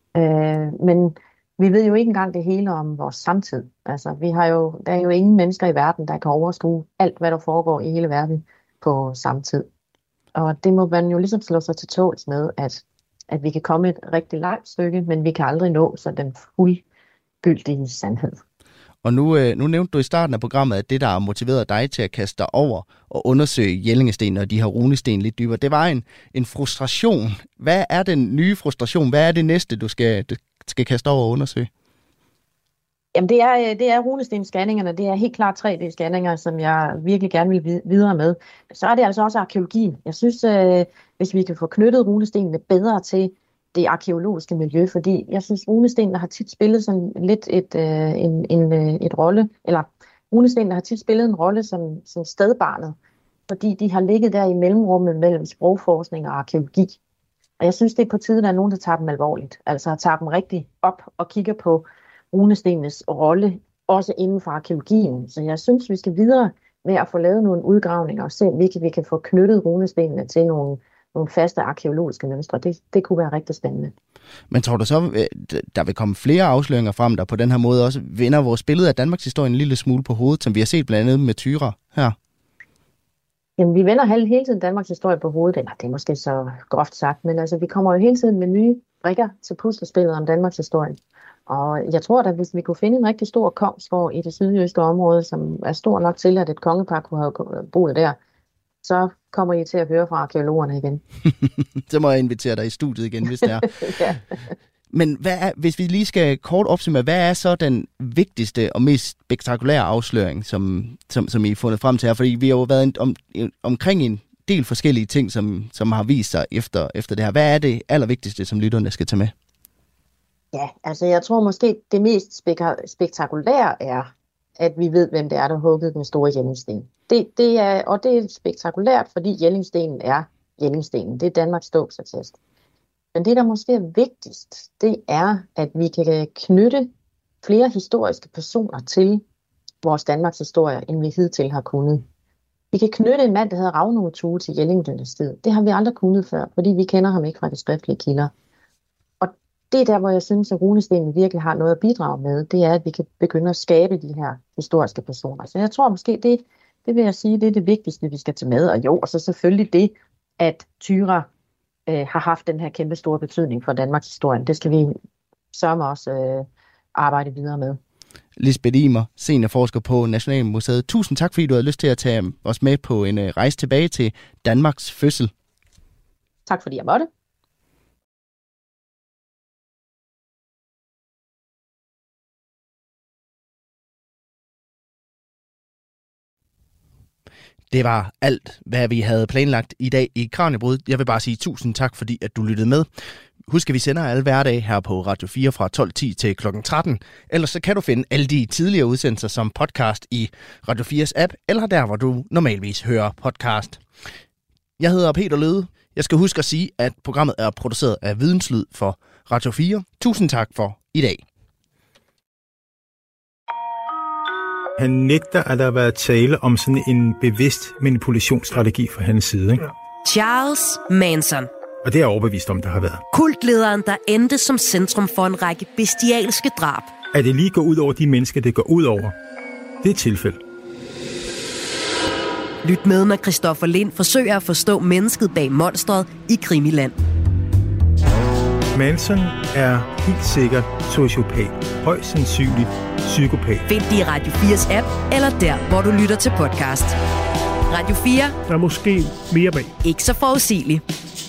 Men vi ved jo ikke engang det hele om vores samtid. Altså, der er jo ingen mennesker i verden, der kan overskue alt, hvad der foregår i hele verden på samme tid. Og det må man jo ligesom slå sig til tåls med, at vi kan komme et rigtig langt stykke, men vi kan aldrig nå så den fuldgyldige sandhed. Og nu nævnte du i starten af programmet, at det, der har motiveret dig til at kaste dig over og undersøge Jellingestenen og de her runesten lidt dybere, det var en frustration. Hvad er den nye frustration? Hvad er det næste, du skal kaste over og undersøge? Jamen, det er runestenscanningerne. Det er helt klart 3D-scanninger, som jeg virkelig gerne vil videre med. Så er det altså også arkeologien. Jeg synes, hvis vi kan få knyttet runestenene bedre til det arkeologiske miljø, fordi jeg synes, runestenene har tit spillet sådan lidt et rolle, eller runestenene har tit spillet en rolle som stedbarnet, fordi de har ligget der i mellemrummet mellem sprogforskning og arkeologi. Og jeg synes, det er på tide, at der er nogen, der tager dem alvorligt. Altså tager dem rigtig op og kigger på runestenenes rolle, også inden for arkeologien. Så jeg synes, vi skal videre med at få lavet nogle udgravninger og se, om vi kan få knyttet runestenene til nogle faste arkeologiske mønstre. Det kunne være rigtig spændende. Men tror du så, der vil komme flere afsløringer frem, der på den her måde også vender vores billede af Danmarks historie en lille smule på hovedet, som vi har set blandt andet med Thyra her? Jamen, vi vender hele tiden Danmarks historie på hovedet. Eller det er måske så groft sagt, men altså, vi kommer jo hele tiden med nye brikker til puslespillet om Danmarks historie. Og jeg tror, at hvis vi kunne finde en rigtig stor kongsgård i det sydjyske område, som er stor nok til, at et kongepar kunne have boet der, så kommer I til at høre fra arkeologerne igen. Så må jeg invitere dig i studiet igen, hvis det er. Ja. Men hvis vi lige skal kort opsummere, hvad er så den vigtigste og mest spektakulære afsløring, som I har fundet frem til her? Fordi vi har jo været omkring en del forskellige ting, som har vist sig efter det her. Hvad er det allervigtigste, som lytterne skal tage med? Ja, altså jeg tror måske, det mest spektakulære er, at vi ved, hvem det er, der huggede den store Jellingsten. Det er spektakulært, fordi Jellingstenen er Jellingstenen. Det er Danmarks dåbsattest. Men det, der måske er vigtigst, det er, at vi kan knytte flere historiske personer til vores Danmarks historie, end vi hidtil har kunnet. Vi kan knytte en mand, der hedder Ravnode Thue til Jelling-dynastiet. Det har vi aldrig kunnet før, fordi vi kender ham ikke fra de skriftlige kilder. Og det er der, hvor jeg synes, at runestenen virkelig har noget at bidrage med, det er, at vi kan begynde at skabe de her historiske personer. Så jeg tror måske, det vil jeg sige, det er det vigtigste, vi skal tage med. Og jo, og så selvfølgelig det, at Thyra har haft den her kæmpe store betydning for Danmarks historie. Det skal vi sørge også arbejde videre med. Lisbeth Imer, seniorforsker på Nationalmuseet. Tusind tak, fordi du havde lyst til at tage os med på en rejse tilbage til Danmarks fødsel. Tak fordi jeg måtte. Det var alt, hvad vi havde planlagt i dag i Kraniebrud. Jeg vil bare sige tusind tak, fordi at du lyttede med. Husk, at vi sender alle hverdage her på Radio 4 fra 12:10 til kl. 13. Ellers så kan du finde alle de tidligere udsendelser som podcast i Radio 4's app, eller der, hvor du normalvis hører podcast. Jeg hedder Peter Løde. Jeg skal huske at sige, at programmet er produceret af Videnslyd for Radio 4. Tusind tak for i dag. Han nægter, at der har været tale om sådan en bevidst manipulationsstrategi fra hans side. Ikke? Charles Manson. Og det er jeg overbevist om, der har været. Kultlederen, der endte som centrum for en række bestialske drab. At det lige går ud over de mennesker, det går ud over, det er et tilfælde. Lyt med, når Christoffer Lind forsøger at forstå mennesket bag monstret i Krimiland. Manson er helt sikkert sociopat. Højst sandsynligt psykopat. Find det i Radio 4's app, eller der, hvor du lytter til podcast. Radio 4. Der er måske mere bag. Ikke så forudsigeligt.